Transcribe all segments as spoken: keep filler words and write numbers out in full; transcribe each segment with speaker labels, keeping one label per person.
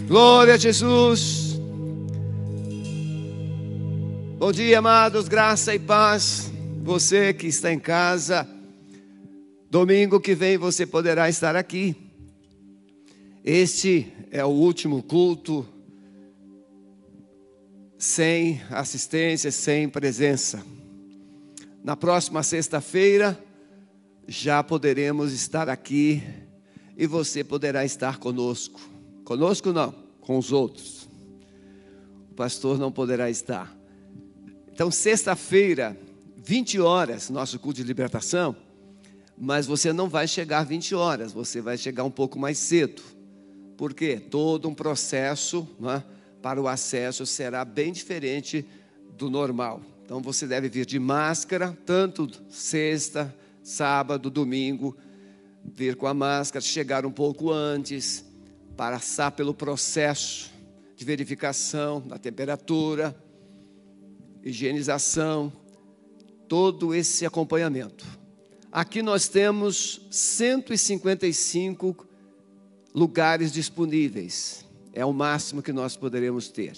Speaker 1: Glória a Jesus. Bom dia, amados, graça e paz. Você que está em casa, domingo que vem você poderá estar aqui. Este é o último culto sem assistência, sem presença. Na próxima sexta-feira já poderemos estar aqui e você poderá estar conosco. Conosco não, com os outros. O pastor não poderá estar. Então, sexta-feira, vinte horas, nosso culto de libertação, mas você não vai chegar vinte horas, você vai chegar um pouco mais cedo. Por quê? Todo um processo, né, para o acesso será bem diferente do normal. Então, você deve vir de máscara, tanto sexta, sábado, domingo, vir com a máscara, chegar um pouco antes, passar pelo processo de verificação da temperatura, higienização, todo esse acompanhamento. Aqui nós temos cento e cinquenta e cinco lugares disponíveis, é o máximo que nós poderemos ter.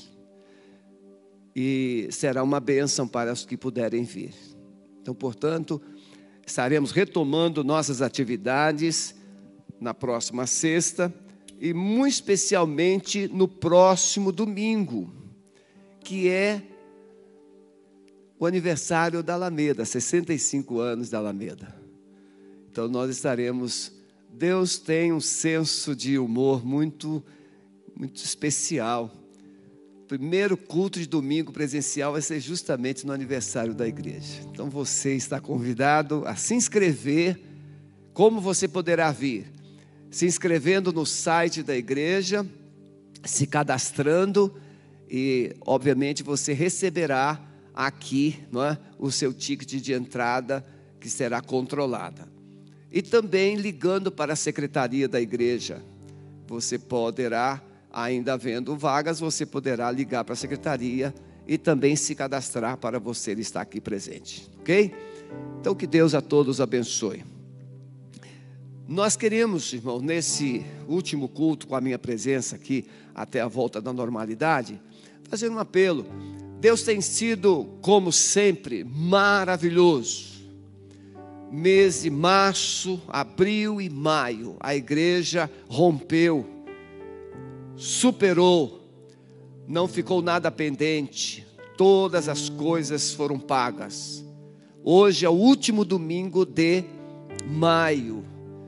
Speaker 1: E será uma bênção para os que puderem vir. Então, portanto, estaremos retomando nossas atividades na próxima sexta e muito especialmente no próximo domingo, que é o aniversário da Alameda, sessenta e cinco anos da Alameda. Então nós estaremos, Deus tem um senso de humor muito, muito especial. O primeiro culto de domingo presencial vai ser justamente no aniversário da igreja. Então você está convidado a se inscrever. Como você poderá vir? Se inscrevendo no site da igreja, se cadastrando e, obviamente, você receberá aqui, não é, o seu ticket de entrada que será controlada. E também ligando para a secretaria da igreja. Você poderá, ainda havendo vagas, você poderá ligar para a secretaria e também se cadastrar para você estar aqui presente. Ok? Então que Deus a todos abençoe. Nós queremos, irmão, nesse último culto, com a minha presença aqui, até a volta da normalidade, fazer um apelo. Deus tem sido, como sempre, maravilhoso. Mês de março, abril e maio, a igreja rompeu, superou, não ficou nada pendente, todas as coisas foram pagas. Hoje é o último domingo de maio.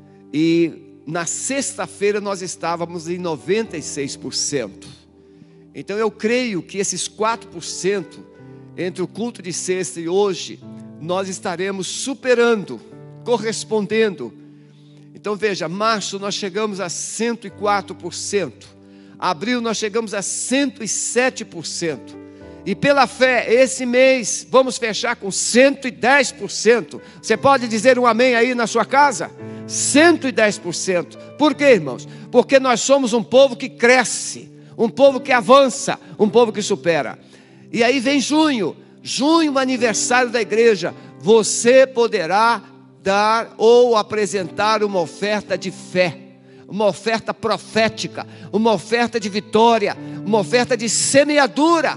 Speaker 1: E na sexta-feira nós estávamos em noventa e seis por cento. Então eu creio que esses quatro por cento, entre o culto de sexta e hoje, nós estaremos superando, correspondendo. Então veja, março nós chegamos a cento e quatro por cento. Abril nós chegamos a cento e sete por cento. E pela fé, esse mês, vamos fechar com cento e dez por cento. Você pode dizer um amém aí na sua casa? cento e dez por cento. Por quê, irmãos? Porque nós somos um povo que cresce, um povo que avança, um povo que supera. E aí vem junho, junho, aniversário da igreja. Você poderá dar ou apresentar uma oferta de fé, uma oferta profética, uma oferta de vitória, uma oferta de semeadura,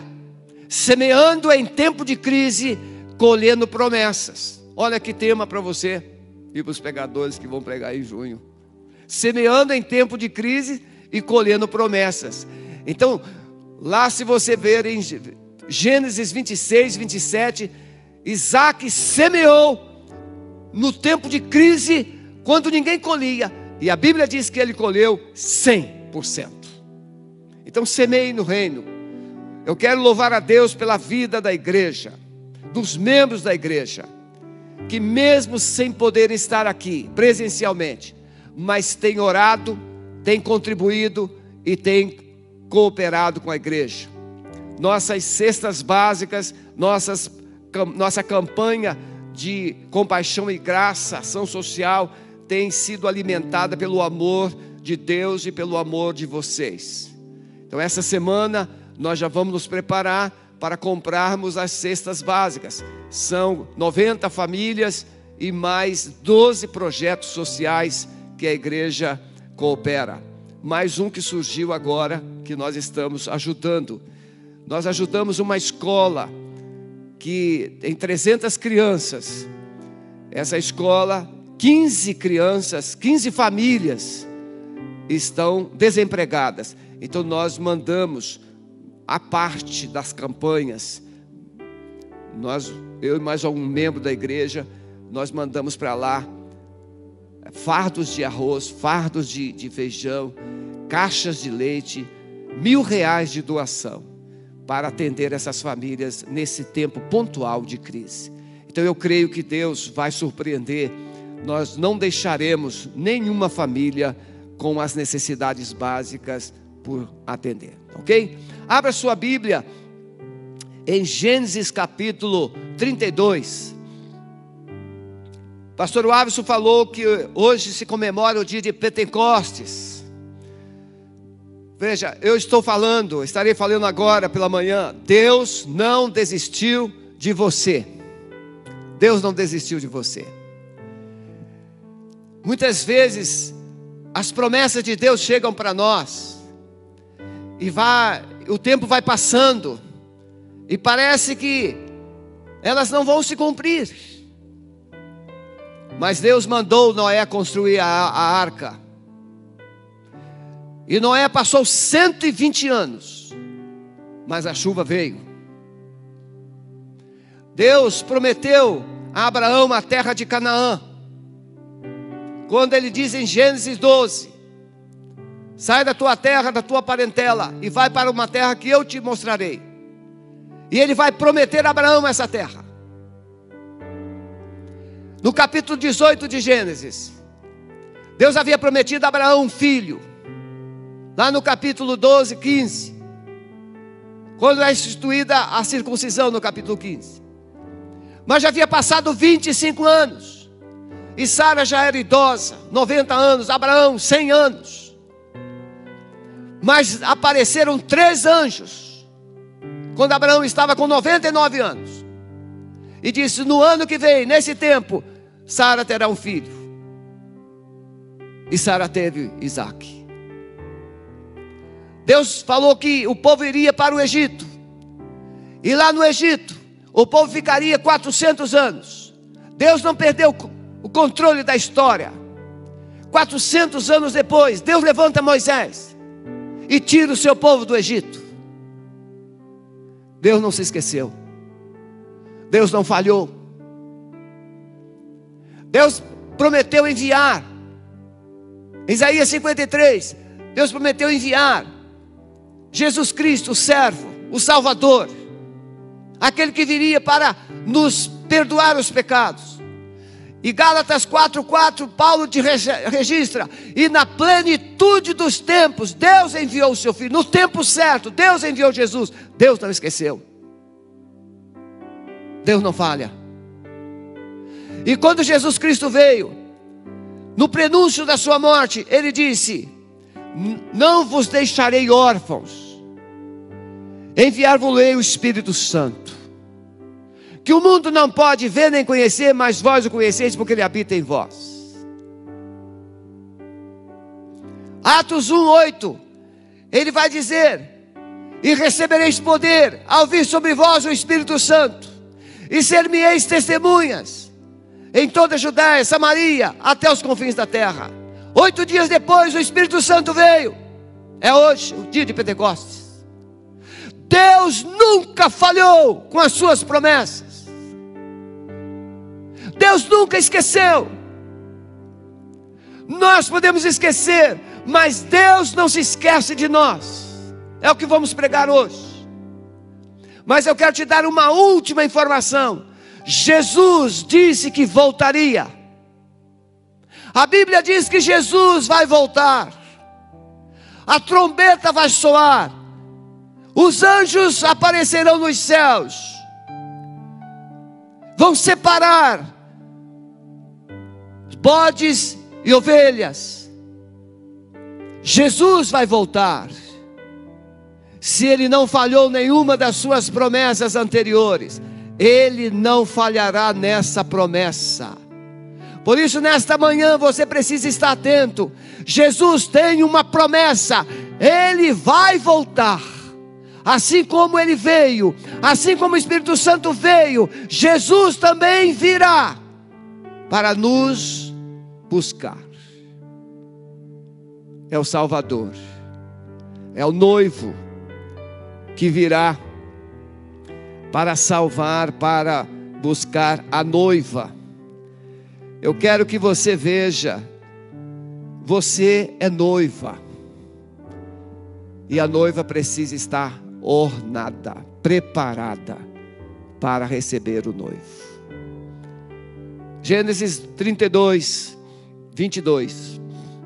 Speaker 1: semeando em tempo de crise, colhendo promessas. Olha que tema para você e para os pregadores que vão pregar em junho. Semeando em tempo de crise e colhendo promessas. Então, lá se você ver em Gênesis vinte e seis, vinte e sete, Isaac semeou no tempo de crise, quando ninguém colhia. E a Bíblia diz que ele colheu cem por cento. Então semeie no reino. Eu quero louvar a Deus pela vida da igreja, dos membros da igreja, que mesmo sem poder estar aqui presencialmente, mas tem orado, tem contribuído e tem cooperado com a igreja. Nossas cestas básicas, nossas, nossa campanha de compaixão e graça, ação social, tem sido alimentada pelo amor de Deus e pelo amor de vocês. Então essa semana nós já vamos nos preparar para comprarmos as cestas básicas. São noventa famílias e mais doze projetos sociais que a igreja coopera. Mais um que surgiu agora, que nós estamos ajudando. Nós ajudamos uma escola que tem trezentas crianças. Essa escola, quinze crianças, quinze famílias estão desempregadas. Então nós mandamos a parte das campanhas. Nós, eu e mais algum membro da igreja, nós mandamos para lá fardos de arroz, fardos de, de feijão, caixas de leite, mil reais de doação, para atender essas famílias nesse tempo pontual de crise. Então eu creio que Deus vai surpreender. Nós não deixaremos nenhuma família com as necessidades básicas por atender, ok? Abra sua Bíblia em Gênesis capítulo trinta e dois. Pastor Wavison falou que hoje se comemora o dia de Pentecostes. Veja, eu estou falando, estarei falando agora pela manhã. Deus não desistiu de você. Deus não desistiu de você. Muitas vezes as promessas de Deus chegam para nós e vai, o tempo vai passando e parece que elas não vão se cumprir. Mas Deus mandou Noé construir a, a arca. E Noé passou cento e vinte anos, mas a chuva veio. Deus prometeu a Abraão a terra de Canaã. Quando ele diz em Gênesis doze: sai da tua terra, da tua parentela, e vai para uma terra que eu te mostrarei. E ele vai prometer a Abraão essa terra. No capítulo dezoito de Gênesis, Deus havia prometido a Abraão um filho. Lá no capítulo doze, quinze, quando é instituída a circuncisão, no capítulo quinze. Mas já havia passado vinte e cinco anos, e Sara já era idosa, noventa anos, Abraão cem anos. Mas apareceram três anjos, quando Abraão estava com noventa e nove anos. E disse: no ano que vem, nesse tempo, Sara terá um filho. E Sara teve Isaque. Deus falou que o povo iria para o Egito. E lá no Egito, o povo ficaria quatrocentos anos. Deus não perdeu o controle da história. quatrocentos anos depois, Deus levanta Moisés e tira o seu povo do Egito. Deus não se esqueceu. Deus não falhou. Deus prometeu enviar. Isaías cinquenta e três, Deus prometeu enviar Jesus Cristo, o servo, o Salvador, aquele que viria para nos perdoar os pecados. E Gálatas quatro, quatro, Paulo te registra: e na plenitude dos tempos, Deus enviou o seu Filho. No tempo certo, Deus enviou Jesus. Deus não esqueceu. Deus não falha. E quando Jesus Cristo veio, no prenúncio da sua morte, Ele disse: não vos deixarei órfãos, enviar-vos-ei o Espírito Santo, que o mundo não pode ver nem conhecer, mas vós o conheceis, porque Ele habita em vós. Atos um, oito, Ele vai dizer: e recebereis poder ao vir sobre vós o Espírito Santo, e ser-me-eis testemunhas em toda a Judéia, Samaria, até os confins da terra. Oito dias depois o Espírito Santo veio. É hoje o dia de Pentecostes. Deus nunca falhou com as suas promessas. Deus nunca esqueceu. Nós podemos esquecer, mas Deus não se esquece de nós. É o que vamos pregar hoje. Mas eu quero te dar uma última informação. Jesus disse que voltaria. A Bíblia diz que Jesus vai voltar. A trombeta vai soar. Os anjos aparecerão nos céus. Vão separar bodes e ovelhas. Jesus vai voltar. Se Ele não falhou nenhuma das suas promessas anteriores, Ele não falhará nessa promessa. Por isso, nesta manhã, você precisa estar atento. Jesus tem uma promessa. Ele vai voltar. Assim como Ele veio, assim como o Espírito Santo veio, Jesus também virá para nos buscar. É o Salvador, é o noivo que virá para salvar, para buscar a noiva. Eu quero que você veja, você é noiva, e a noiva precisa estar ornada, preparada para receber o noivo. Gênesis trinta e dois, vinte e dois,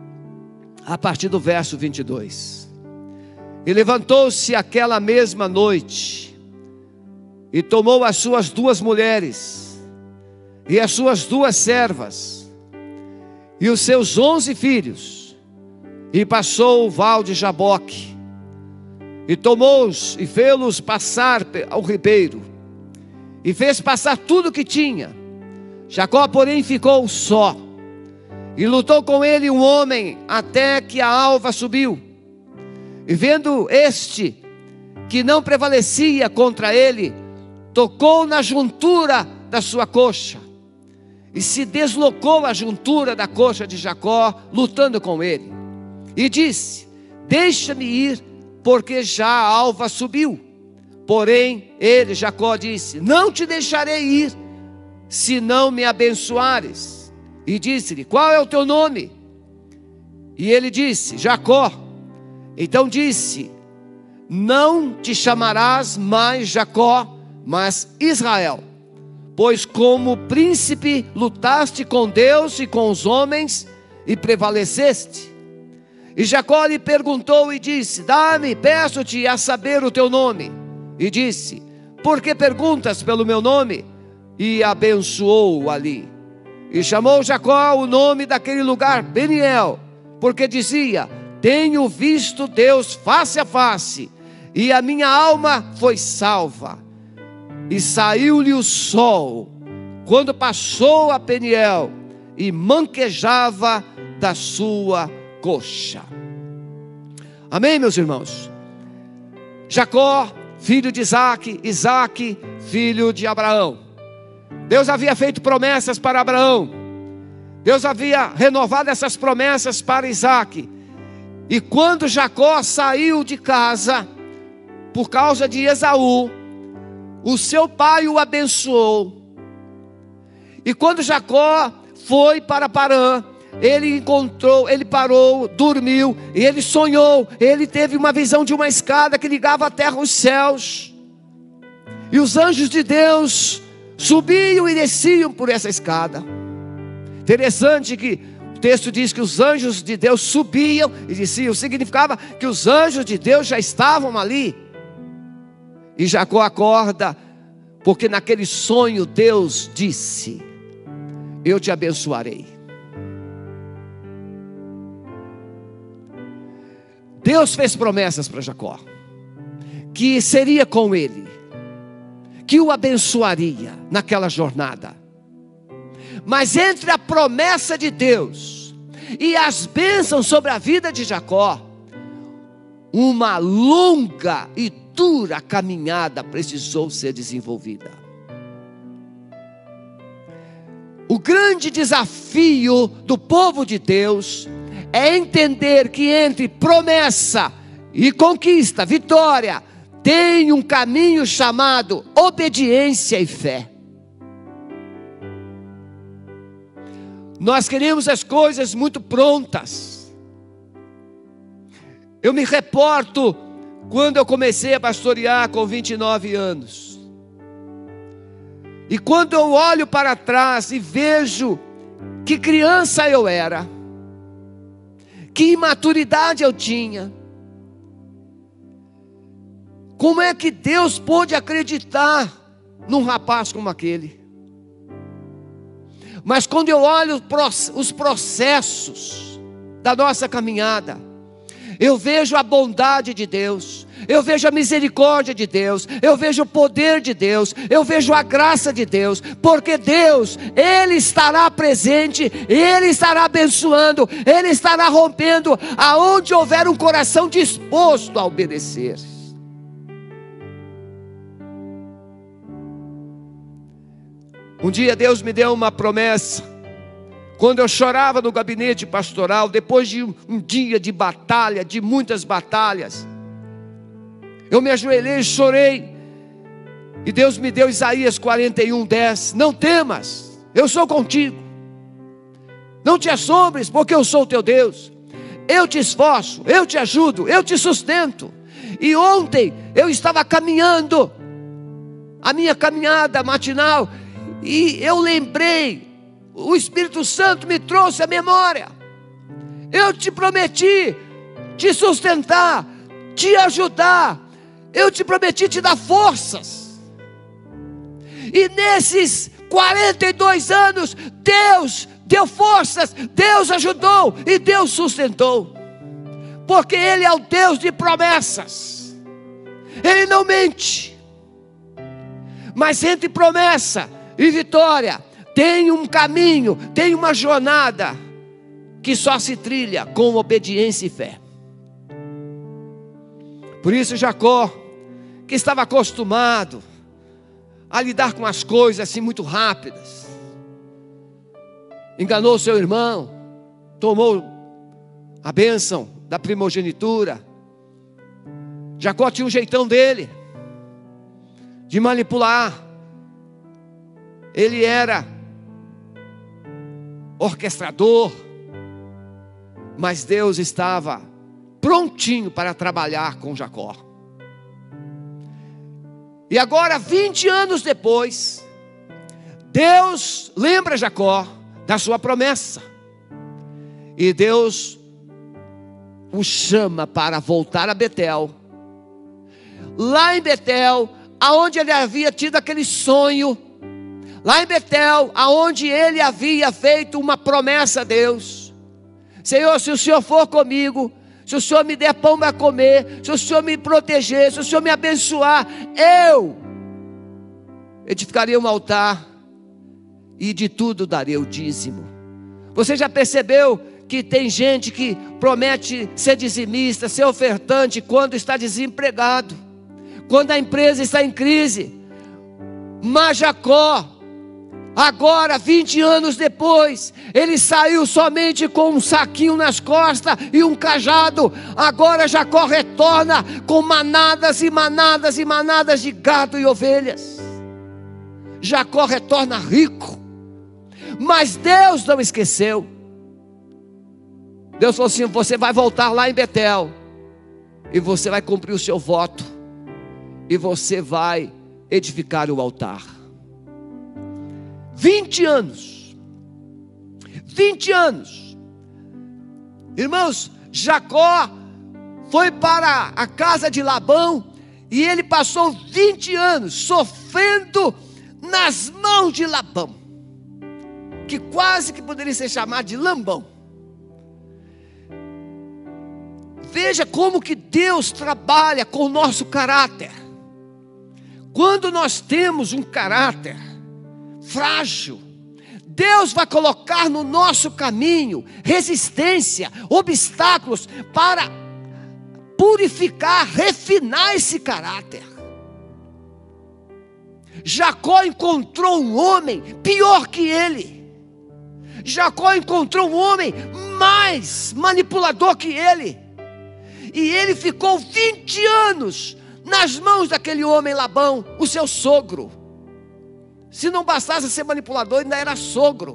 Speaker 1: a partir do verso vinte e dois. E levantou-se aquela mesma noite, e tomou as suas duas mulheres, e as suas duas servas, e os seus onze filhos, e passou o val de Jaboque, e tomou-os e fê-los passar ao ribeiro, e fez passar tudo o que tinha. Jacó, porém, ficou só, e lutou com ele um homem, até que a alva subiu. E vendo este, que não prevalecia contra ele, tocou na juntura da sua coxa, e se deslocou a juntura da coxa de Jacó, lutando com ele. E disse: deixa-me ir, porque já a alva subiu. Porém ele, Jacó, disse: não te deixarei ir, se não me abençoares. E disse-lhe: qual é o teu nome? E ele disse: Jacó. Então disse: não te chamarás mais Jacó, mas Israel, pois como príncipe lutaste com Deus e com os homens, e prevaleceste. E Jacó lhe perguntou e disse: dá-me, peço-te, a saber o teu nome. E disse: por que perguntas pelo meu nome? E abençoou-o ali. E chamou Jacó o nome daquele lugar Peniel, porque dizia: tenho visto Deus face a face, e a minha alma foi salva. E saiu-lhe o sol, quando passou a Peniel, e manquejava da sua coxa. Amém, meus irmãos? Jacó, filho de Isaque, Isaque, filho de Abraão. Deus havia feito promessas para Abraão, Deus havia renovado essas promessas para Isaque. E quando Jacó saiu de casa, por causa de Esaú, o seu pai o abençoou. E quando Jacó foi para Parã, ele encontrou, ele parou, dormiu, e ele sonhou, ele teve uma visão de uma escada que ligava a terra aos céus, e os anjos de Deus subiam e desciam por essa escada. Interessante que o texto diz que os anjos de Deus subiam e desciam, significava que os anjos de Deus já estavam ali. E Jacó acorda, porque naquele sonho Deus disse: eu te abençoarei. Deus fez promessas para Jacó, que seria com ele, que o abençoaria naquela jornada. Mas entre a promessa de Deus e as bênçãos sobre a vida de Jacó, uma longa e dura caminhada precisou ser desenvolvida. O grande desafio do povo de Deus é entender que entre promessa e conquista, vitória, tem um caminho chamado obediência e fé. Nós queremos as coisas muito prontas. Eu me reporto quando eu comecei a pastorear com vinte e nove anos. E quando eu olho para trás e vejo que criança eu era, que imaturidade eu tinha, como é que Deus pôde acreditar num rapaz como aquele? Mas quando eu olho os processos da nossa caminhada, eu vejo a bondade de Deus, eu vejo a misericórdia de Deus, eu vejo o poder de Deus, eu vejo a graça de Deus, porque Deus, Ele estará presente, Ele estará abençoando, Ele estará rompendo, aonde houver um coração disposto a obedecer. Um dia Deus me deu uma promessa, quando eu chorava no gabinete pastoral, depois de um, um dia de batalha, de muitas batalhas, eu me ajoelhei e chorei, e Deus me deu Isaías quarenta e um, dez, não temas, eu sou contigo, não te assombres, porque eu sou o teu Deus, eu te esforço, eu te ajudo, eu te sustento. E ontem eu estava caminhando, a minha caminhada matinal, e eu lembrei, o Espírito Santo me trouxe a memória, eu te prometi te sustentar, te ajudar, eu te prometi te dar forças. E nesses quarenta e dois anos, Deus deu forças, Deus ajudou e Deus sustentou, porque Ele é o Deus de promessas, Ele não mente. Mas entre promessa e vitória tem um caminho, tem uma jornada que só se trilha com obediência e fé. Por isso Jacó, que estava acostumado a lidar com as coisas assim muito rápidas, enganou seu irmão, tomou a bênção da primogenitura. Jacó tinha um jeitão dele, de manipular. Ele era orquestrador, mas Deus estava prontinho para trabalhar com Jacó. E agora, vinte anos depois, Deus lembra Jacó da sua promessa, e Deus o chama para voltar a Betel. Lá em Betel, aonde ele havia tido aquele sonho, lá em Betel, aonde ele havia feito uma promessa a Deus: Senhor, se o Senhor for comigo, se o Senhor me der pão para comer, se o Senhor me proteger, se o Senhor me abençoar, eu edificarei um altar e de tudo darei o dízimo. Você já percebeu que tem gente que promete ser dizimista, ser ofertante, quando está desempregado, quando a empresa está em crise? Mas Jacó, agora, vinte anos depois, ele saiu somente com um saquinho nas costas e um cajado. Agora Jacó retorna com manadas e manadas e manadas de gado e ovelhas. Jacó retorna rico. Mas Deus não esqueceu. Deus falou assim: você vai voltar lá em Betel, e você vai cumprir o seu voto, e você vai edificar o altar. Vinte anos, vinte anos, irmãos, Jacó foi para a casa de Labão, e ele passou vinte anos sofrendo nas mãos de Labão, que quase que poderia ser chamado de lambão. Veja como que Deus trabalha com o nosso caráter. Quando nós temos um caráter frágil, Deus vai colocar no nosso caminho resistência, obstáculos para purificar, refinar esse caráter. Jacó encontrou um homem pior que ele. Jacó encontrou um homem mais manipulador que ele. E ele ficou vinte anos nas mãos daquele homem Labão, o seu sogro. Se não bastasse ser manipulador, ainda era sogro.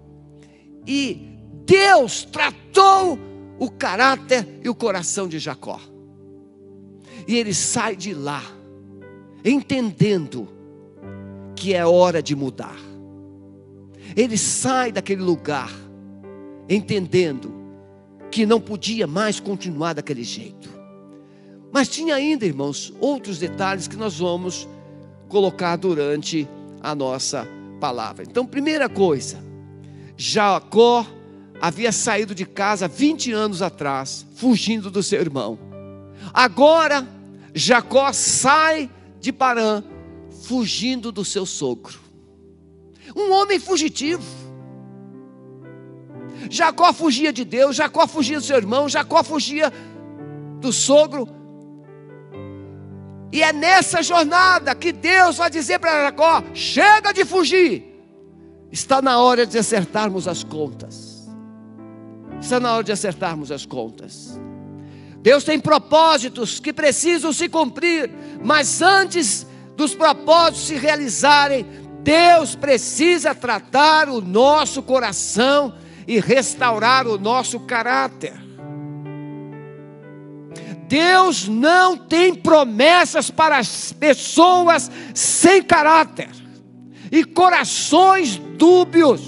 Speaker 1: E Deus tratou o caráter e o coração de Jacó. E ele sai de lá, entendendo que é hora de mudar. Ele sai daquele lugar, entendendo que não podia mais continuar daquele jeito. Mas tinha ainda, irmãos, outros detalhes que nós vamos colocar durante a nossa palavra. Então, primeira coisa, Jacó havia saído de casa vinte anos atrás, fugindo do seu irmão. Agora, Jacó sai de Parã, fugindo do seu sogro. Um homem fugitivo. Jacó fugia de Deus, Jacó fugia do seu irmão, Jacó fugia do sogro. E é nessa jornada que Deus vai dizer para Jacó: chega de fugir, está na hora de acertarmos as contas. Está na hora de acertarmos as contas. Deus tem propósitos que precisam se cumprir, mas antes dos propósitos se realizarem, Deus precisa tratar o nosso coração e restaurar o nosso caráter. Deus não tem promessas para as pessoas sem caráter e corações dúbios.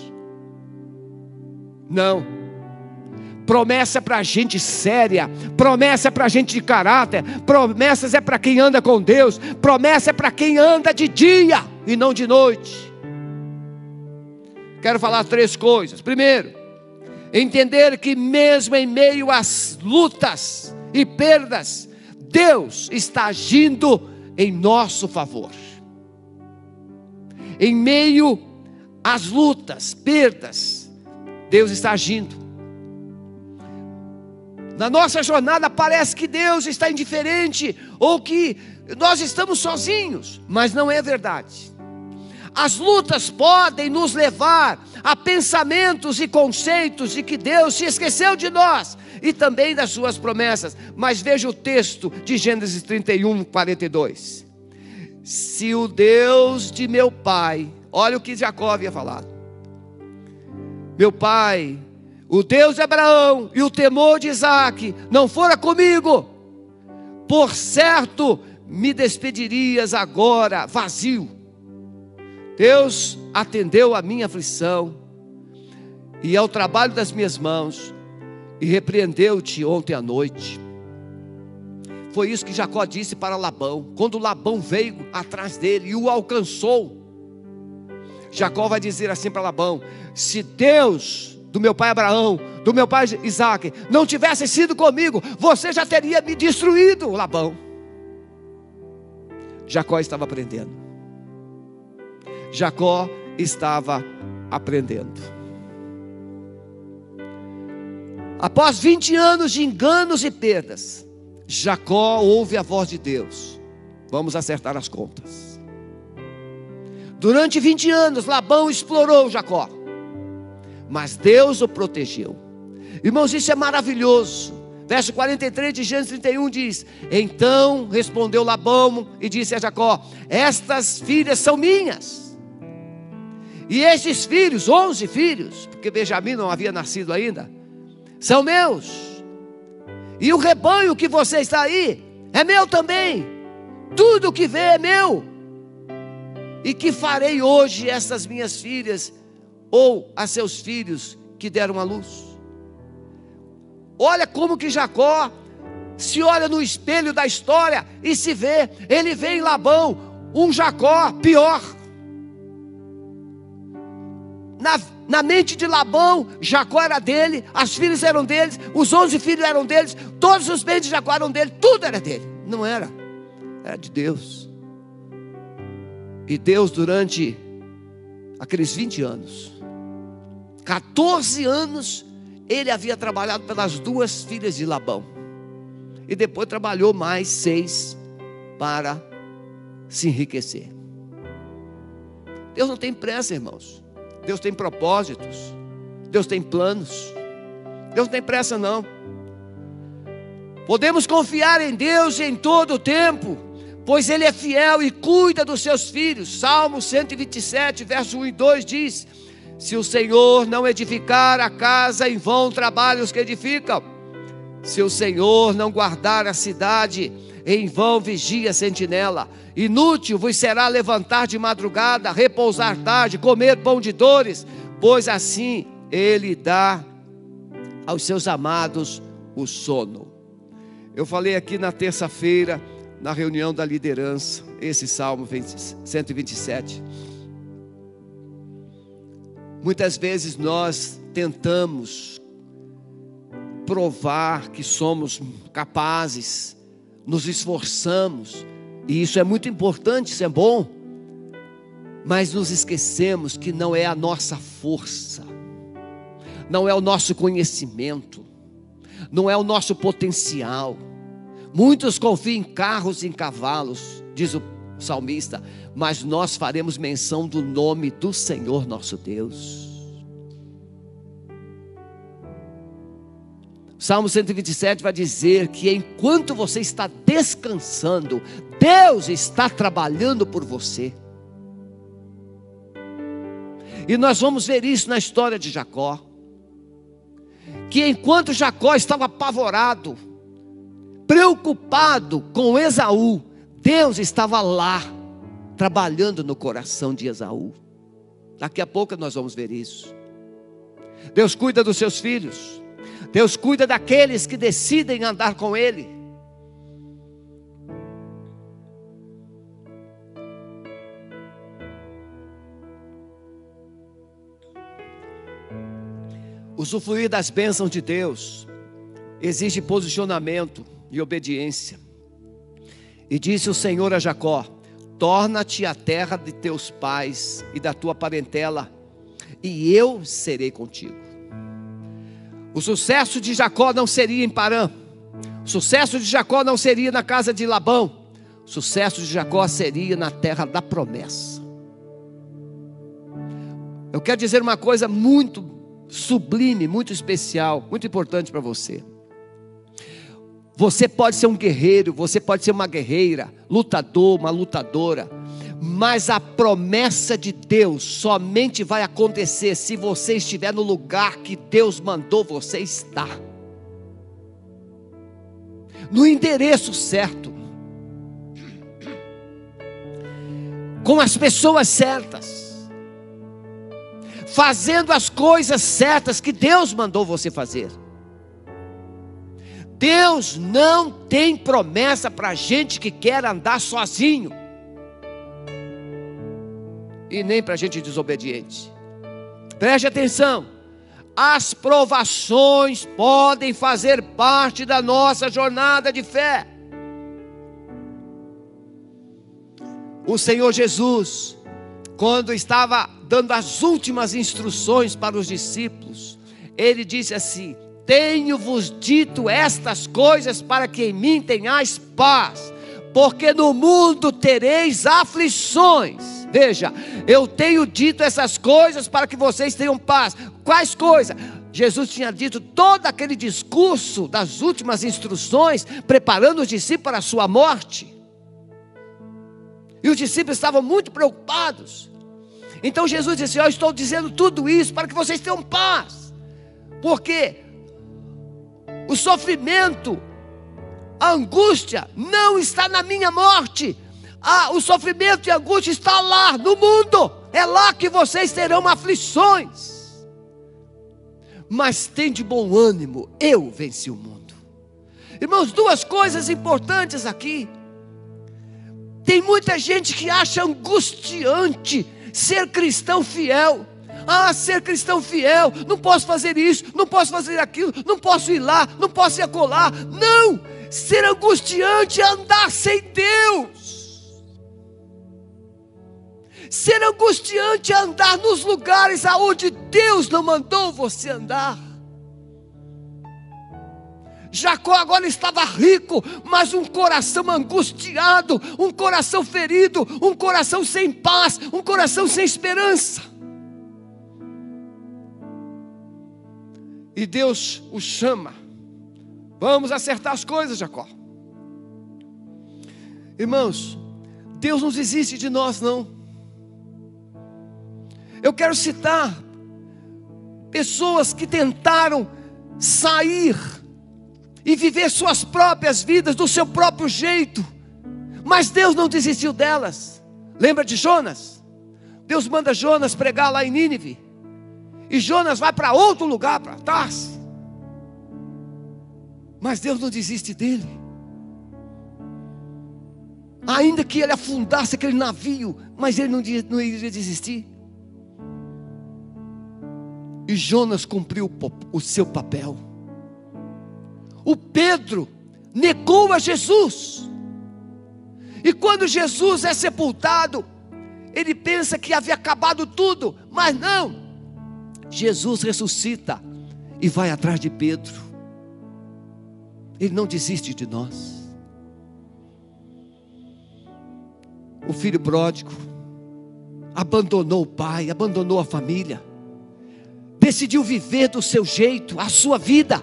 Speaker 1: Não. Promessa é para gente séria, promessa é para gente de caráter, promessas é para quem anda com Deus, promessa é para quem anda de dia e não de noite. Quero falar três coisas. Primeiro, entender que mesmo em meio às lutas e perdas, Deus está agindo em nosso favor. Em meio às lutas, perdas, Deus está agindo. Na nossa jornada parece que Deus está indiferente, ou que nós estamos sozinhos, mas não é verdade. As lutas podem nos levar a pensamentos e conceitos de que Deus se esqueceu de nós e também das suas promessas. Mas veja o texto de Gênesis trinta e um, quarenta e dois. Se o Deus de meu pai, olha o que Jacó havia falado, meu pai, o Deus de Abraão e o temor de Isaac não fora comigo, por certo me despedirias agora vazio. Deus atendeu a minha aflição e ao trabalho das minhas mãos e repreendeu-te ontem à noite. Foi isso que Jacó disse para Labão, quando Labão veio atrás dele e o alcançou. Jacó vai dizer assim para Labão: se Deus do meu pai Abraão, do meu pai Isaac, não tivesse sido comigo, você já teria me destruído, Labão. Jacó estava aprendendo. Jacó estava aprendendo. Após vinte anos de enganos e perdas, Jacó ouve a voz de Deus: vamos acertar as contas. Durante vinte anos, Labão explorou Jacó, mas Deus o protegeu. Irmãos, isso é maravilhoso. Verso quarenta e três de Gênesis trinta e um diz: então respondeu Labão e disse a Jacó: estas filhas são minhas, e estes filhos, onze filhos, porque Benjamim não havia nascido ainda, são meus, e o rebanho que você está aí é meu também, tudo que vê é meu. E que farei hoje estas minhas filhas ou a seus filhos que deram à luz? Olha como que Jacó se olha no espelho da história e se vê. Ele vê em Labão um Jacó pior. Na, na mente de Labão, Jacó era dele, as filhas eram deles, os onze filhos eram deles, todos os bens de Jacó eram dele, tudo era dele. Não era, era de Deus. E Deus, durante aqueles vinte anos, quatorze anos, ele havia trabalhado pelas duas filhas de Labão, e depois trabalhou mais seis para se enriquecer. Deus não tem pressa, irmãos. Deus tem propósitos, Deus tem planos, Deus não tem pressa não. Podemos confiar em Deus em todo o tempo, pois Ele é fiel e cuida dos seus filhos. Salmo cento e vinte e sete, verso um e dois diz: se o Senhor não edificar a casa, em vão trabalham os que edificam. Se o Senhor não guardar a cidade, em vão vigia a sentinela. Inútil vos será levantar de madrugada, repousar tarde, comer pão de dores, pois assim Ele dá aos seus amados o sono. Eu falei aqui na terça-feira, na reunião da liderança, esse Salmo cento e vinte e sete. Muitas vezes nós tentamos provar que somos capazes, nos esforçamos, e isso é muito importante, isso é bom, mas nos esquecemos que não é a nossa força, não é o nosso conhecimento, não é o nosso potencial. Muitos confiam em carros e em cavalos, diz o salmista, mas nós faremos menção do nome do Senhor nosso Deus. Salmo cento e vinte e sete vai dizer que enquanto você está descansando, Deus está trabalhando por você. E nós vamos ver isso na história de Jacó, que enquanto Jacó estava apavorado, preocupado com Esaú, Deus estava lá, trabalhando no coração de Esaú. Daqui a pouco nós vamos ver isso. Deus cuida dos seus filhos, Deus cuida daqueles que decidem andar com Ele. Usufruir das bênçãos de Deus exige posicionamento e obediência. E disse o Senhor a Jacó: torna-te à terra de teus pais e da tua parentela, e eu serei contigo. O sucesso de Jacó não seria em Parã, o sucesso de Jacó não seria na casa de Labão, o sucesso de Jacó seria na terra da promessa. Eu quero dizer uma coisa muito sublime, muito especial, muito importante para você. Você pode ser um guerreiro, você pode ser uma guerreira, lutador, uma lutadora, mas a promessa de Deus somente vai acontecer se você estiver no lugar que Deus mandou você estar, no endereço certo, com as pessoas certas, fazendo as coisas certas que Deus mandou você fazer. Deus não tem promessa para gente que quer andar sozinho, e nem para gente desobediente. Preste atenção, as provações podem fazer parte da nossa jornada de fé. O Senhor Jesus, quando estava dando as últimas instruções para os discípulos, Ele disse assim: tenho-vos dito estas coisas para que em mim tenhais paz, porque no mundo tereis aflições. Veja, eu tenho dito essas coisas para que vocês tenham paz. Quais coisas? Jesus tinha dito todo aquele discurso das últimas instruções, preparando os discípulos para a sua morte. E os discípulos estavam muito preocupados. Então Jesus disse: eu estou dizendo tudo isso para que vocês tenham paz. Porque o sofrimento, a angústia não está na minha morte. Ah, o sofrimento e a angústia está lá no mundo. É lá que vocês terão aflições. Mas tem de bom ânimo, eu venci o mundo. Irmãos, duas coisas importantes aqui. Tem muita gente que acha angustiante ser cristão fiel. Ah, ser cristão fiel, não posso fazer isso, não posso fazer aquilo, não posso ir lá, não posso ir acolá. Não, ser angustiante é andar sem Deus. Ser angustiante é andar nos lugares aonde Deus não mandou você andar. Jacó agora estava rico, mas um coração angustiado, um coração ferido, um coração sem paz, um coração sem esperança. E Deus o chama: vamos acertar as coisas, Jacó. Irmãos, Deus não desiste de nós, não. Eu quero citar pessoas que tentaram sair e viver suas próprias vidas do seu próprio jeito, mas Deus não desistiu delas. Lembra de Jonas? Deus manda Jonas pregar lá em Nínive, e Jonas vai para outro lugar, para Tarsis, mas Deus não desiste dele. Ainda que ele afundasse aquele navio, mas ele não, não iria desistir. E Jonas cumpriu o seu papel. O Pedro negou a Jesus. E quando Jesus é sepultado, ele pensa que havia acabado tudo, mas não. Jesus ressuscita e vai atrás de Pedro. Ele não desiste de nós. O filho pródigo abandonou o pai, abandonou a família, decidiu viver do seu jeito, a sua vida.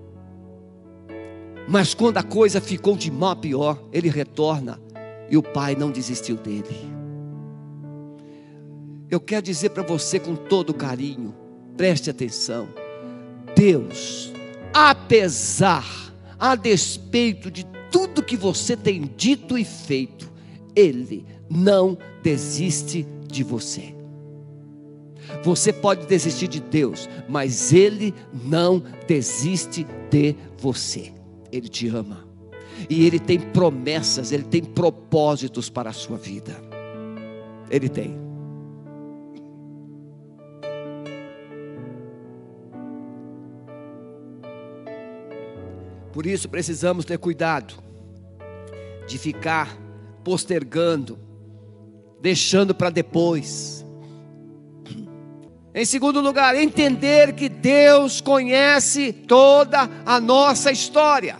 Speaker 1: Mas quando a coisa ficou de mal a pior, ele retorna e o pai não desistiu dele. Eu quero dizer para você com todo carinho, preste atenção. Deus, apesar, a despeito de tudo que você tem dito e feito, Ele não desiste de você. Você pode desistir de Deus, mas Ele não desiste de você. Ele te ama. E Ele tem promessas, Ele tem propósitos para a sua vida. Ele tem. Por isso precisamos ter cuidado de ficar postergando, deixando para depois. Em segundo lugar, entender que Deus conhece toda a nossa história.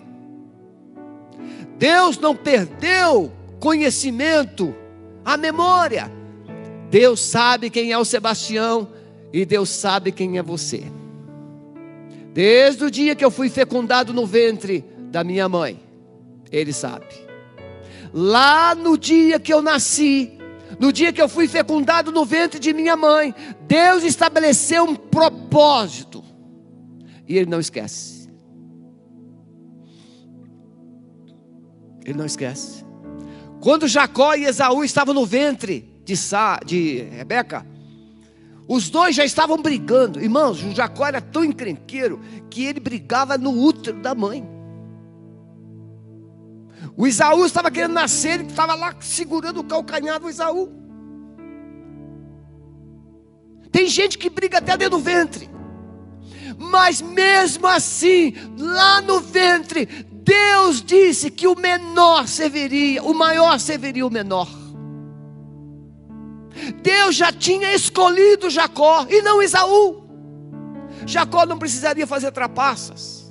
Speaker 1: Deus não perdeu conhecimento, a memória. Deus sabe quem é o Sebastião e Deus sabe quem é você. Desde o dia que eu fui fecundado no ventre da minha mãe, Ele sabe. Lá no dia que eu nasci, no dia que eu fui fecundado no ventre de minha mãe, Deus estabeleceu um propósito. E Ele não esquece. Ele não esquece. Quando Jacó e Esaú estavam no ventre de, Sa, de Rebeca, os dois já estavam brigando. Irmãos, o Jacó era tão encrenqueiro que ele brigava no útero da mãe. O Esaú estava querendo nascer, ele estava lá segurando o calcanhar do Esaú. Tem gente que briga até dentro do ventre. Mas mesmo assim, lá no ventre, Deus disse que o menor serviria, o maior serviria o menor. Deus já tinha escolhido Jacó e não Esaú. Jacó não precisaria fazer trapaças.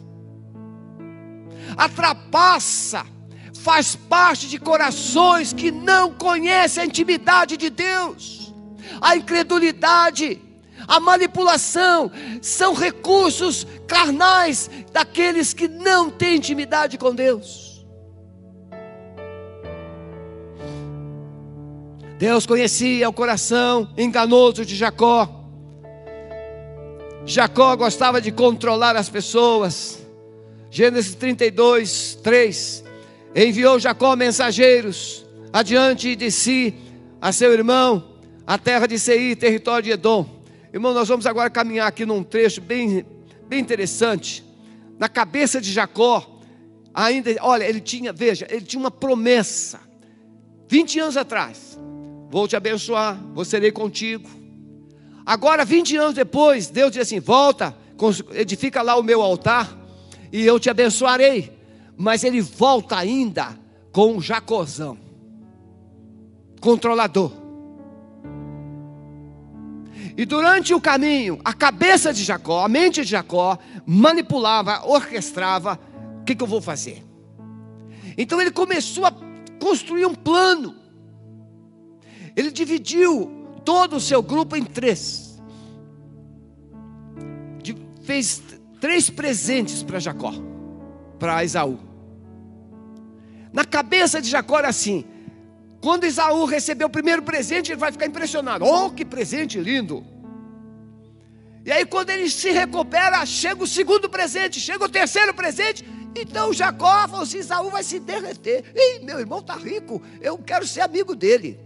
Speaker 1: A trapaça faz parte de corações que não conhecem a intimidade de Deus. A incredulidade, a manipulação são recursos carnais daqueles que não têm intimidade com Deus. Deus conhecia o coração enganoso de Jacó. Jacó gostava de controlar as pessoas. Gênesis trinta e dois, três. Enviou Jacó mensageiros adiante de si a seu irmão, a terra de Seir, território de Edom. Irmão, nós vamos agora caminhar aqui num trecho bem, bem interessante. Na cabeça de Jacó, ainda, olha, ele tinha, veja, ele tinha uma promessa. vinte anos atrás. Vou te abençoar, vou serei contigo. Agora, vinte anos depois, Deus diz assim: volta, edifica lá o meu altar e eu te abençoarei. Mas ele volta ainda com um Jacózão, controlador. E durante o caminho, a cabeça de Jacó, a mente de Jacó, manipulava, orquestrava: o que, que eu vou fazer? Então ele começou a construir um plano. Ele dividiu todo o seu grupo em três. Fez três presentes para Jacó, para Esaú. Na cabeça de Jacó era assim: quando Esaú receber o primeiro presente, ele vai ficar impressionado. Oh, que presente lindo! E aí quando ele se recupera, chega o segundo presente, chega o terceiro presente. Então Jacó falou assim: Esaú vai se derreter. Ih, meu irmão está rico, eu quero ser amigo dele.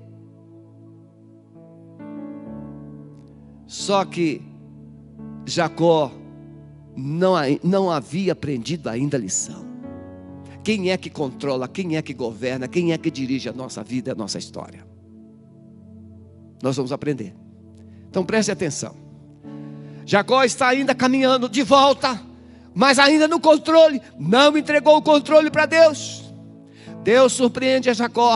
Speaker 1: Só que Jacó não, não havia aprendido ainda a lição. Quem é que controla, quem é que governa, quem é que dirige a nossa vida, a nossa história? Nós vamos aprender. Então preste atenção. Jacó está ainda caminhando de volta, mas ainda no controle, não entregou o controle para Deus. Deus surpreende a Jacó.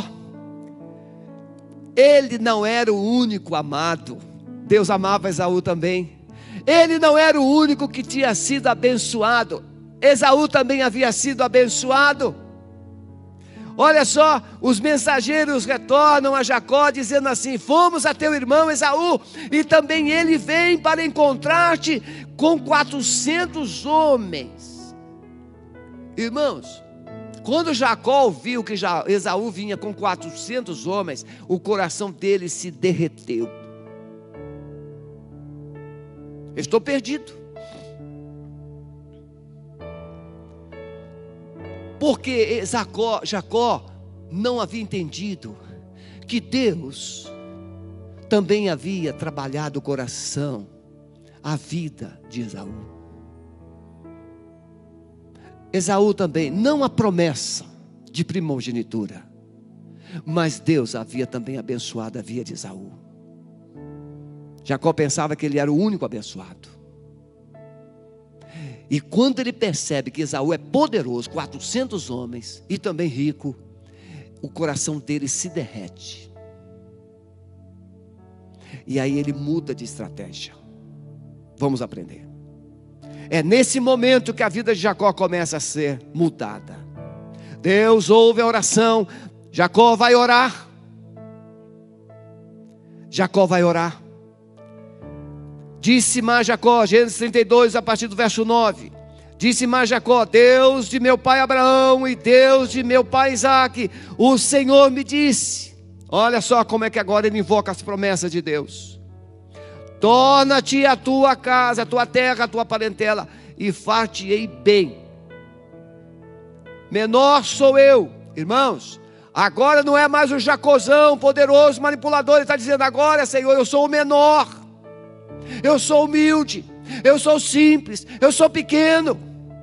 Speaker 1: Ele não era o único amado, Deus amava Esaú também. Ele não era o único que tinha sido abençoado, Esaú também havia sido abençoado. Olha só, os mensageiros retornam a Jacó dizendo assim: fomos a teu irmão Esaú, e também ele vem para encontrar-te com quatrocentos homens. Irmãos, quando Jacó ouviu que Esaú vinha com quatrocentos homens, o coração dele se derreteu. Estou perdido. Porque Jacó, Jacó não havia entendido que Deus também havia trabalhado o coração, a vida de Esaú. Esaú também, não a promessa de primogenitura, mas Deus havia também abençoado a vida de Esaú. Jacó pensava que ele era o único abençoado. E quando ele percebe que Esaú é poderoso, quatrocentos homens, e também rico, o coração dele se derrete. E aí ele muda de estratégia. Vamos aprender. É nesse momento que a vida de Jacó começa a ser mudada. Deus ouve a oração. Jacó vai orar. Jacó vai orar. Disse mais Jacó, Gênesis trinta e dois, a partir do verso nove. Disse mais Jacó: Deus de meu pai Abraão e Deus de meu pai Isaque, o Senhor me disse. Olha só como é que agora ele invoca as promessas de Deus. Torna-te a tua casa, a tua terra, a tua parentela, e far-te-ei bem. Menor sou eu. Irmãos, agora não é mais o Jacozão poderoso, manipulador. Ele está dizendo: agora, Senhor, eu sou o menor. Eu sou humilde, eu sou simples, eu sou pequeno,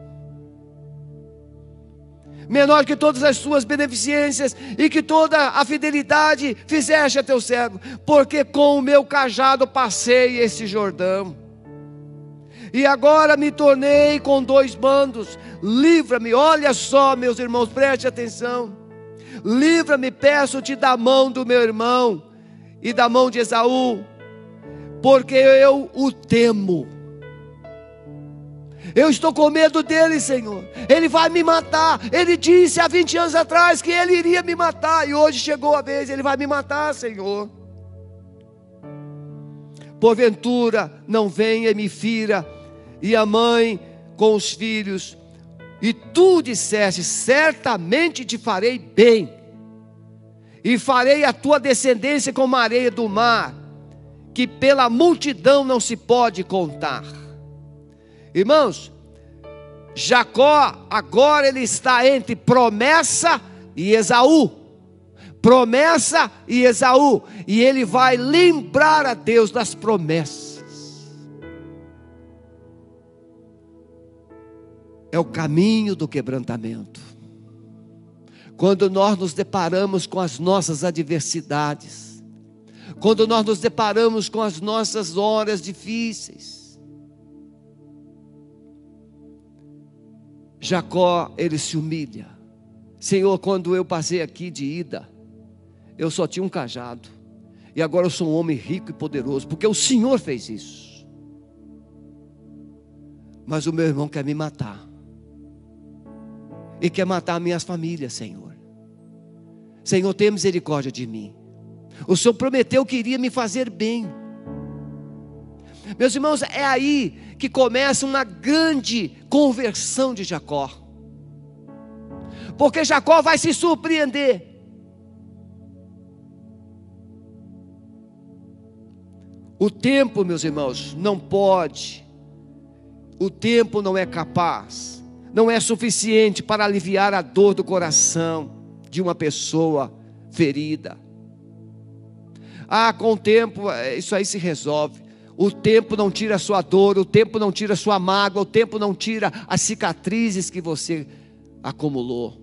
Speaker 1: menor que todas as suas beneficências, e que toda a fidelidade fizeste a teu servo, porque com o meu cajado passei esse Jordão, e agora me tornei com dois bandos. Livra-me, olha só, meus irmãos, preste atenção. Livra-me, peço-te, da mão do meu irmão e da mão de Esaú, porque eu o temo. Eu estou com medo dele, Senhor. Ele vai me matar. Ele disse há vinte anos atrás que ele iria me matar, e hoje chegou a vez, ele vai me matar, Senhor. Porventura não venha e me fira, e a mãe com os filhos. E tu disseste: certamente te farei bem, e farei a tua descendência como a areia do mar, que pela multidão não se pode contar. Irmãos, Jacó agora ele está entre promessa e Esaú. Promessa e Esaú. E ele vai lembrar a Deus das promessas. É o caminho do quebrantamento. Quando nós nos deparamos com as nossas adversidades, quando nós nos deparamos com as nossas horas difíceis, Jacó, ele se humilha. Senhor, quando eu passei aqui de ida, eu só tinha um cajado, e agora eu sou um homem rico e poderoso, porque o Senhor fez isso. Mas o meu irmão quer me matar, e quer matar minhas famílias, Senhor. Senhor, tenha misericórdia de mim. O Senhor prometeu que iria me fazer bem. Meus irmãos, é aí que começa uma grande conversão de Jacó. Porque Jacó vai se surpreender. O tempo, meus irmãos, não pode. O tempo não é capaz, não é suficiente para aliviar a dor do coração de uma pessoa ferida. Ah, com o tempo isso aí se resolve. O tempo não tira a sua dor, o tempo não tira a sua mágoa, o tempo não tira as cicatrizes que você acumulou.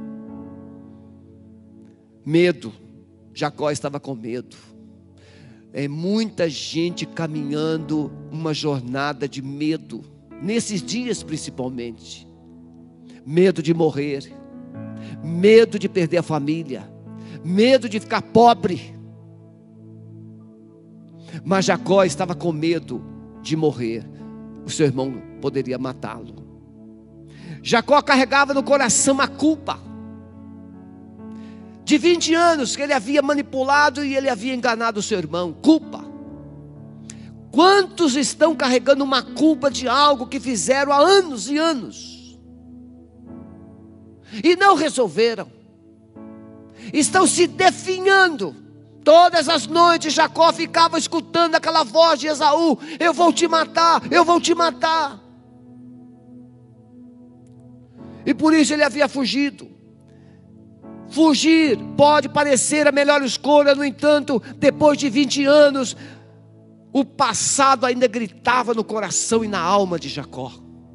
Speaker 1: Medo. Jacó estava com medo. É muita gente caminhando uma jornada de medo, nesses dias principalmente. Medo de morrer, medo de perder a família, medo de ficar pobre. Mas Jacó estava com medo de morrer, o seu irmão poderia matá-lo. Jacó carregava no coração a culpa de vinte anos que ele havia manipulado e ele havia enganado o seu irmão. Culpa. Quantos estão carregando uma culpa de algo que fizeram há anos e anos e não resolveram? Estão se definhando. Todas as noites Jacó ficava escutando aquela voz de Esaú: eu vou te matar, eu vou te matar. E por isso ele havia fugido. Fugir pode parecer a melhor escolha, no entanto, depois de vinte anos, o passado ainda gritava no coração e na alma de Jacó.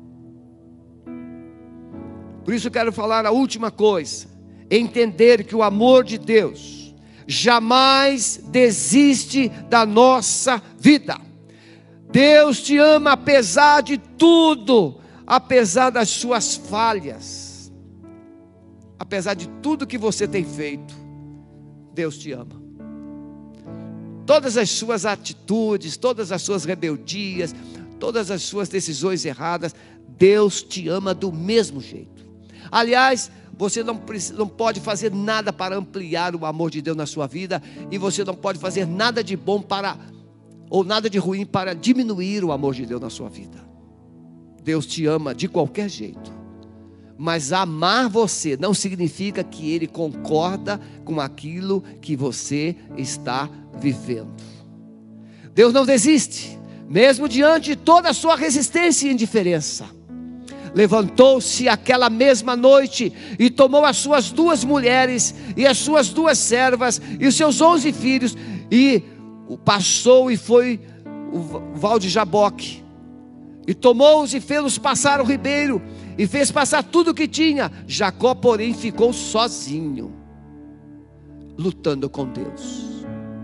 Speaker 1: Por isso eu quero falar a última coisa: entender que o amor de Deus jamais desiste da nossa vida. Deus te ama apesar de tudo, apesar das suas falhas. Apesar de tudo que você tem feito, Deus te ama. Todas as suas atitudes, todas as suas rebeldias, todas as suas decisões erradas, Deus te ama do mesmo jeito. Aliás, você não, não pode fazer nada para ampliar o amor de Deus na sua vida, e você não pode fazer nada de bom para, ou nada de ruim para diminuir o amor de Deus na sua vida. Deus te ama de qualquer jeito. Mas amar você não significa que Ele concorda com aquilo que você está vivendo. Deus não desiste, mesmo diante de toda a sua resistência e indiferença. Levantou-se aquela mesma noite e tomou as suas duas mulheres e as suas duas servas e os seus onze filhos, e passou e foi o val de Jaboque, e tomou-os e fê-los passar o ribeiro, e fez passar tudo o que tinha. Jacó, porém, ficou sozinho, lutando com Deus.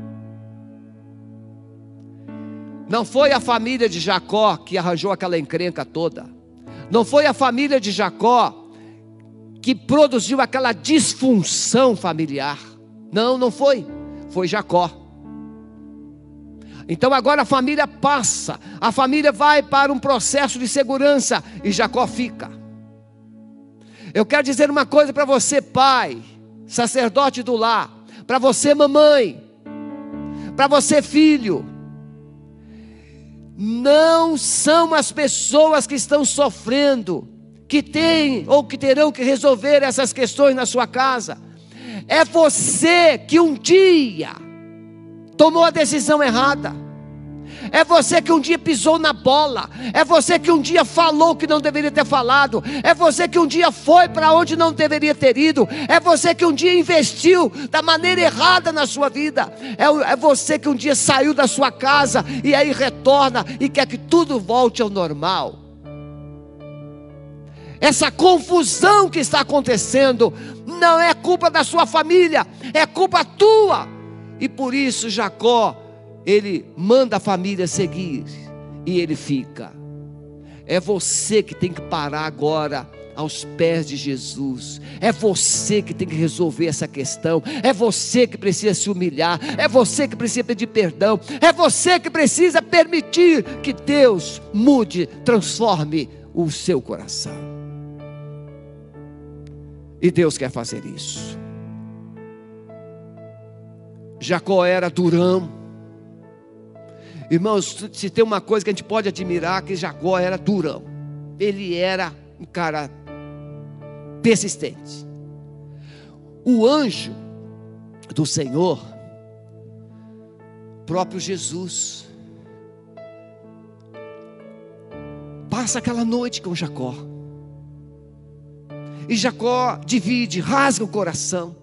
Speaker 1: Não foi a família de Jacó que arranjou aquela encrenca toda. Não foi a família de Jacó que produziu aquela disfunção familiar. Não, não foi. Foi Jacó. Então agora a família passa, a família vai para um processo de segurança, e Jacó fica. Eu quero dizer uma coisa para você, pai, sacerdote do lar, para você, mamãe, para você, filho: não são as pessoas que estão sofrendo que têm ou que terão que resolver essas questões na sua casa. É você que um dia tomou a decisão errada. É você que um dia pisou na bola. É você que um dia falou o que não deveria ter falado. É você que um dia foi para onde não deveria ter ido. É você que um dia investiu da maneira errada na sua vida. É, é você que um dia saiu da sua casa e aí retorna e quer que tudo volte ao normal. Essa confusão que está acontecendo não é culpa da sua família, é culpa tua. E por isso Jacó, ele manda a família seguir, e ele fica. É você que tem que parar agora aos pés de Jesus. É você que tem que resolver essa questão. É você que precisa se humilhar. É você que precisa pedir perdão. É você que precisa permitir que Deus mude, transforme o seu coração. E Deus quer fazer isso. Jacó era durão. Irmãos, se tem uma coisa que a gente pode admirar, que Jacó era durão. Ele era um cara persistente. O anjo do Senhor, próprio Jesus, passa aquela noite com Jacó. E Jacó divide, rasga o coração.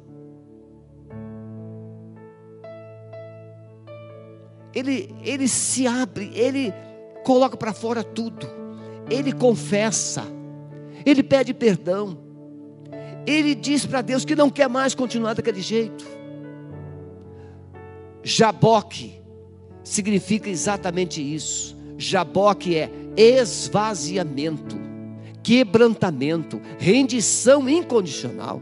Speaker 1: Ele, ele se abre, ele coloca para fora tudo. Ele confessa, ele pede perdão. Ele diz para Deus que não quer mais continuar daquele jeito. Jaboque significa exatamente isso. Jaboque é esvaziamento, quebrantamento, rendição incondicional.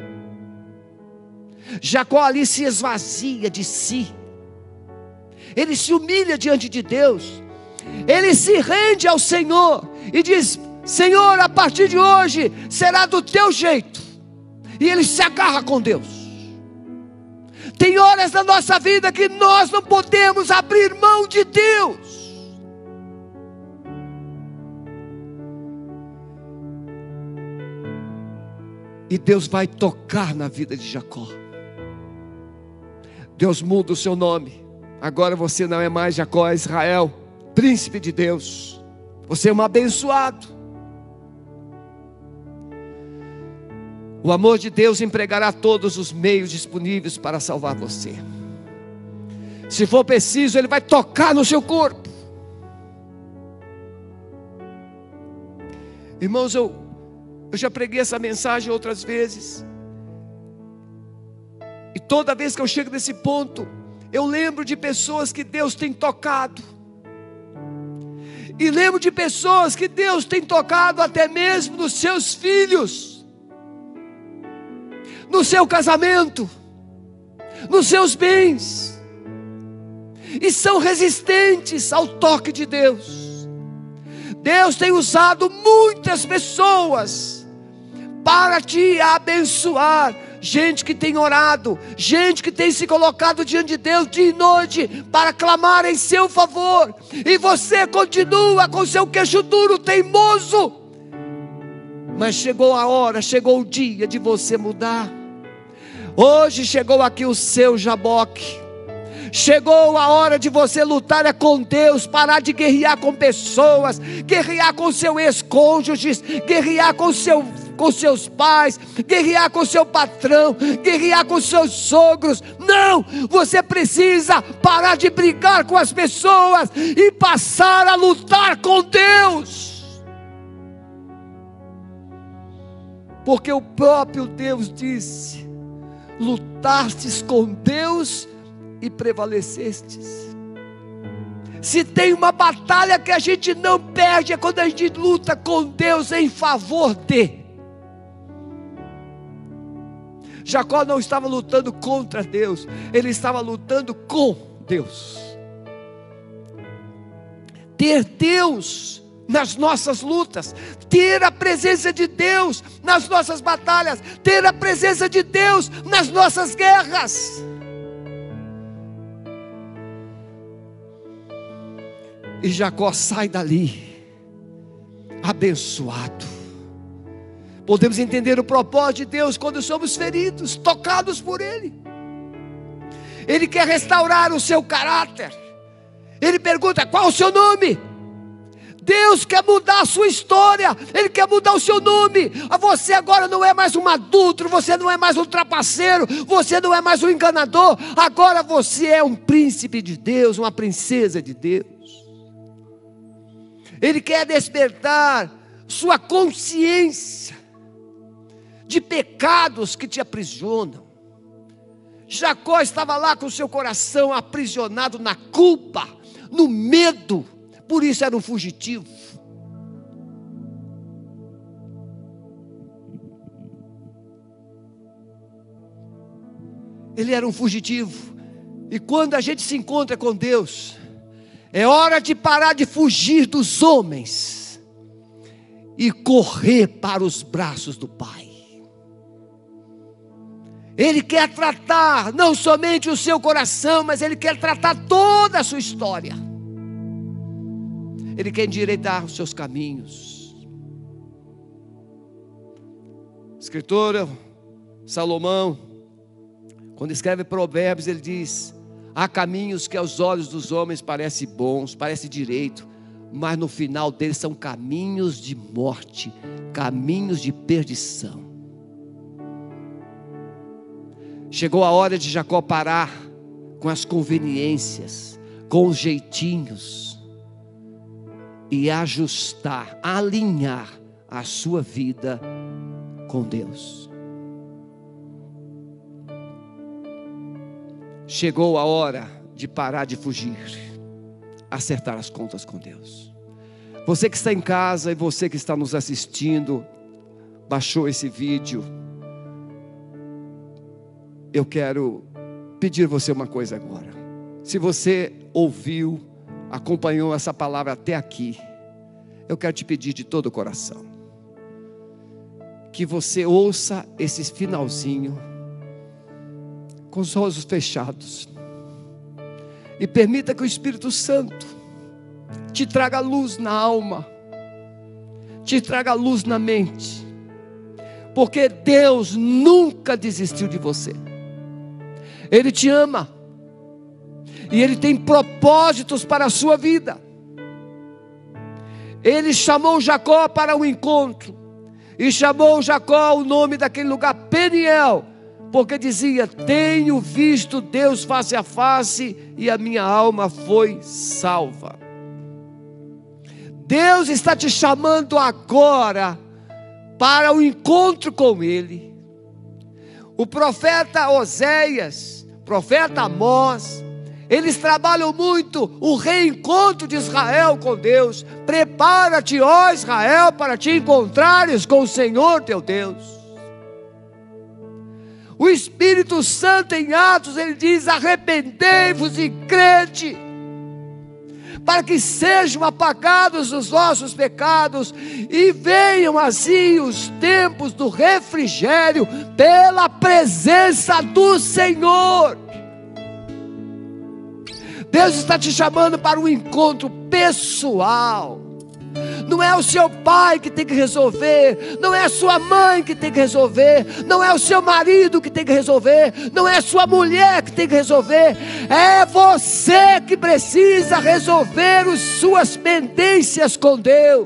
Speaker 1: Jacó ali se esvazia de si, ele se humilha diante de Deus, ele se rende ao Senhor e diz: Senhor, a partir de hoje será do teu jeito. E ele se agarra com Deus. Tem horas na nossa vida que nós não podemos abrir mão de Deus. E Deus vai tocar na vida de Jacó. Deus muda o seu nome. Agora você não é mais Jacó, é Israel, príncipe de Deus. Você é um abençoado. O amor de Deus empregará todos os meios disponíveis para salvar você. Se for preciso, Ele vai tocar no seu corpo. Irmãos, eu, eu já preguei essa mensagem outras vezes. E toda vez que eu chego nesse ponto, eu lembro de pessoas que Deus tem tocado. E lembro de pessoas que Deus tem tocado até mesmo nos seus filhos, no seu casamento, nos seus bens. E são resistentes ao toque de Deus. Deus tem usado muitas pessoas para te abençoar. Gente que tem orado, gente que tem se colocado diante de Deus dia e noite para clamar em seu favor, e você continua com seu queixo duro, teimoso. Mas chegou a hora, chegou o dia de você mudar. Hoje chegou aqui o seu Jaboque. Chegou a hora de você lutar é com Deus, parar de guerrear com pessoas, guerrear com seu ex-cônjuge, guerrear com seu com seus pais, guerrear com seu patrão, guerrear com seus sogros. Não, você precisa parar de brigar com as pessoas e passar a lutar com Deus. Porque o próprio Deus disse: lutastes com Deus e prevalecestes. Se tem uma batalha que a gente não perde, é quando a gente luta com Deus em favor de. Jacó não estava lutando contra Deus, ele estava lutando com Deus. Ter Deus nas nossas lutas, ter a presença de Deus nas nossas batalhas, ter a presença de Deus nas nossas guerras. E Jacó sai dali abençoado. Podemos entender o propósito de Deus quando somos feridos, tocados por Ele. Ele quer restaurar o seu caráter. Ele pergunta: qual o seu nome? Deus quer mudar a sua história. Ele quer mudar o seu nome. Você agora não é mais um adúltero, você não é mais um trapaceiro, você não é mais um enganador. Agora você é um príncipe de Deus, uma princesa de Deus. Ele quer despertar sua consciência de pecados que te aprisionam. Jacó estava lá com seu coração aprisionado na culpa, no medo, por isso era um fugitivo. Ele era um fugitivo. E quando a gente se encontra com Deus, é hora de parar de fugir dos homens e correr para os braços do Pai. Ele quer tratar não somente o seu coração, mas Ele quer tratar toda a sua história. Ele quer endireitar os seus caminhos. Escritor Salomão, quando escreve Provérbios, ele diz: há caminhos que aos olhos dos homens parecem bons, parecem direito, mas no final deles são caminhos de morte, caminhos de perdição. Chegou a hora de Jacó parar com as conveniências, com os jeitinhos, e ajustar, alinhar a sua vida com Deus. Chegou a hora de parar de fugir. acertar as contas com Deus. Você que está em casa e você que está nos assistindo, baixou esse vídeo, eu quero pedir você uma coisa agora. Se você ouviu, acompanhou essa palavra até aqui, eu quero te pedir de todo o coração, que você ouça esse finalzinho, com os olhos fechados, e permita que o Espírito Santo te traga luz na alma, te traga luz na mente, porque Deus nunca desistiu de você. Ele te ama, e Ele tem propósitos para a sua vida. Ele chamou Jacó para o encontro, e chamou Jacó o nome daquele lugar Peniel, porque dizia: tenho visto Deus face a face, e a minha alma foi salva. Deus está te chamando agora para o encontro com Ele. O profeta Oséias, profeta Amós, eles trabalham muito o reencontro de Israel com Deus. Prepara-te, ó Israel, para te encontrares com o Senhor teu Deus. O Espírito Santo em Atos, ele diz: arrependei-vos e crede, para que sejam apagados os vossos pecados, e venham assim os tempos do refrigério, pela presença do Senhor. Deus está te chamando para um encontro pessoal. Não é o seu pai que tem que resolver, não é a sua mãe que tem que resolver, não é o seu marido que tem que resolver, não é a sua mulher que tem que resolver, é você que precisa resolver as suas pendências com Deus.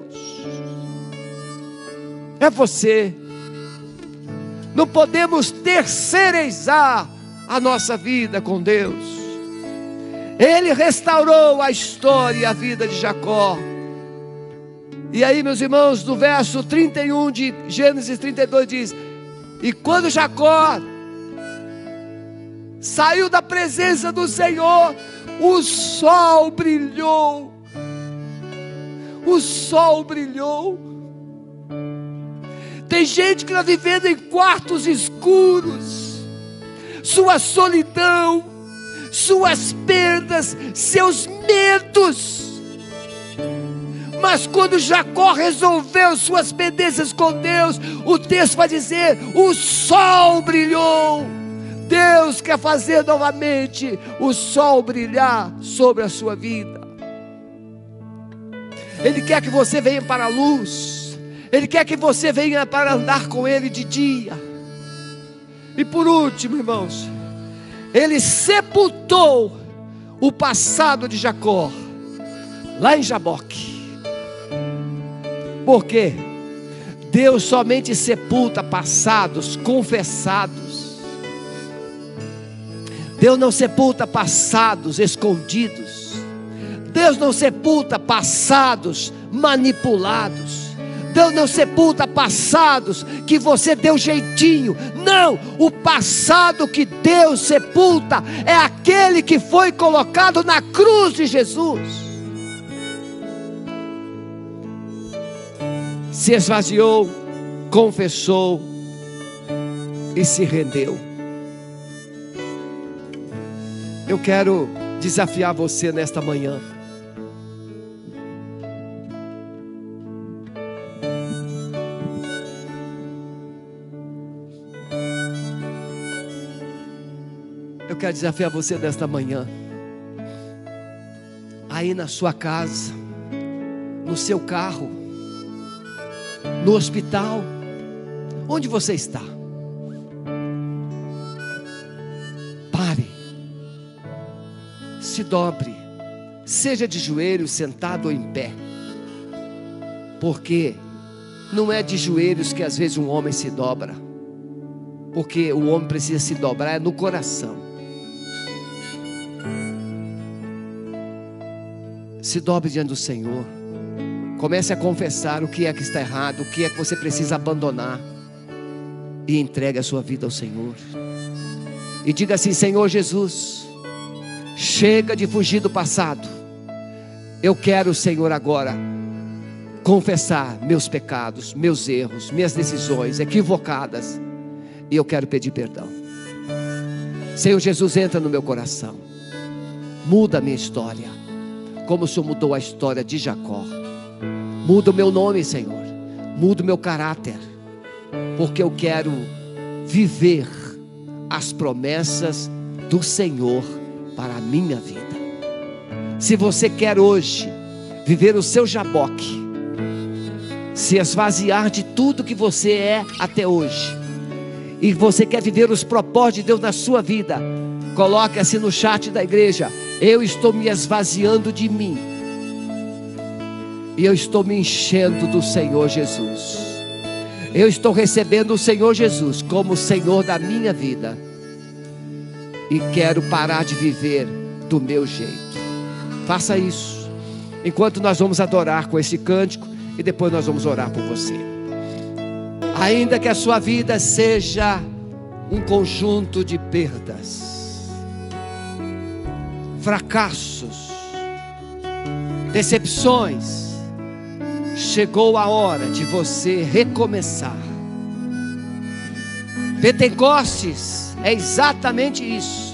Speaker 1: É você. Não podemos terceirizar a nossa vida com Deus. Ele restaurou a história e a vida de Jacó. E aí, meus irmãos, no verso trinta e um de Gênesis trinta e dois diz: e quando Jacó saiu da presença do Senhor, o sol brilhou. O sol brilhou. Tem gente que está vivendo em quartos escuros, sua solidão, suas perdas, seus medos. Mas quando Jacó resolveu suas pendências com Deus, o texto vai dizer: o sol brilhou. Deus quer fazer novamente o sol brilhar sobre a sua vida. Ele quer que você venha para a luz. Ele quer que você venha para andar com Ele de dia. E por último, irmãos, Ele sepultou o passado de Jacó lá em Jaboque. Por quê? Deus somente sepulta passados confessados. Deus não sepulta passados escondidos. Deus não sepulta passados manipulados. Deus não sepulta passados que você deu jeitinho. Não, o passado que Deus sepulta é aquele que foi colocado na cruz de Jesus. Se esvaziou, confessou e se rendeu. Eu quero desafiar você nesta manhã. Eu quero desafiar você nesta manhã. Aí na sua casa, no seu carro, no hospital, onde você está, pare, se dobre, seja de joelhos, sentado ou em pé, porque não é de joelhos que às vezes um homem se dobra, porque o homem precisa se dobrar é no coração. Se dobre diante do Senhor. Comece a confessar o que é que está errado, o que é que você precisa abandonar, e entregue a sua vida ao Senhor. E diga assim: Senhor Jesus, chega de fugir do passado. Eu quero, Senhor, agora confessar meus pecados, meus erros, minhas decisões equivocadas, e eu quero pedir perdão. Senhor Jesus, entra no meu coração, muda a minha história, como o Senhor mudou a história de Jacó. Muda o meu nome, Senhor, muda o meu caráter, porque eu quero viver as promessas do Senhor para a minha vida. Se você quer hoje viver o seu Jaboque, se esvaziar de tudo que você é até hoje, e você quer viver os propósitos de Deus na sua vida, coloque assim no chat da igreja: eu estou me esvaziando de mim, e eu estou me enchendo do Senhor Jesus. Eu estou recebendo o Senhor Jesus como o Senhor da minha vida, e quero parar de viver do meu jeito. Faça isso, enquanto nós vamos adorar com esse cântico, e depois nós vamos orar por você. Ainda que a sua vida seja um conjunto de perdas, fracassos, decepções, chegou a hora de você recomeçar. Pentecostes é exatamente isso.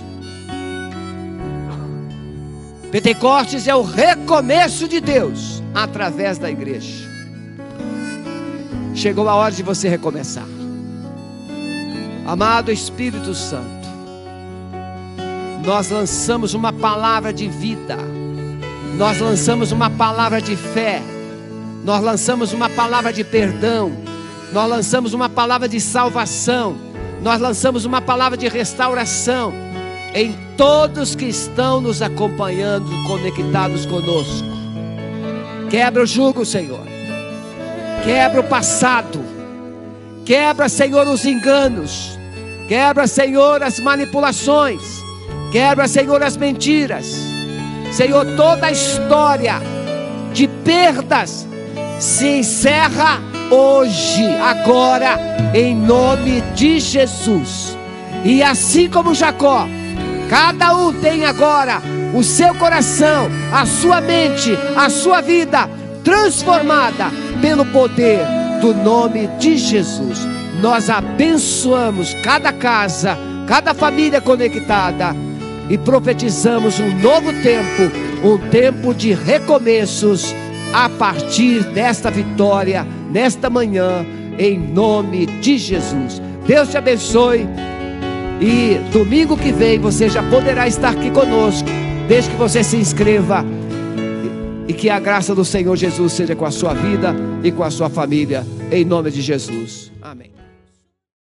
Speaker 1: Pentecostes é o recomeço de Deus através da igreja. Chegou a hora de você recomeçar. Amado Espírito Santo, nós lançamos uma palavra de vida, nós lançamos uma palavra de fé, nós lançamos uma palavra de perdão, nós lançamos uma palavra de salvação, nós lançamos uma palavra de restauração em todos que estão nos acompanhando, conectados conosco. Quebra o jugo, Senhor, quebra o passado, quebra, Senhor, os enganos, quebra, Senhor, as manipulações, quebra, Senhor, as mentiras. Senhor, toda a história de perdas se encerra hoje, agora, em nome de Jesus. E assim como Jacó, cada um tem agora o seu coração, a sua mente, a sua vida transformada pelo poder do nome de Jesus. Nós abençoamos cada casa, cada família conectada, e profetizamos um novo tempo, um tempo de recomeços a partir desta vitória, nesta manhã, em nome de Jesus. Deus te abençoe. E domingo que vem você já poderá estar aqui conosco, desde que você se inscreva. E que a graça do Senhor Jesus seja com a sua vida e com a sua família, em nome de Jesus. Amém.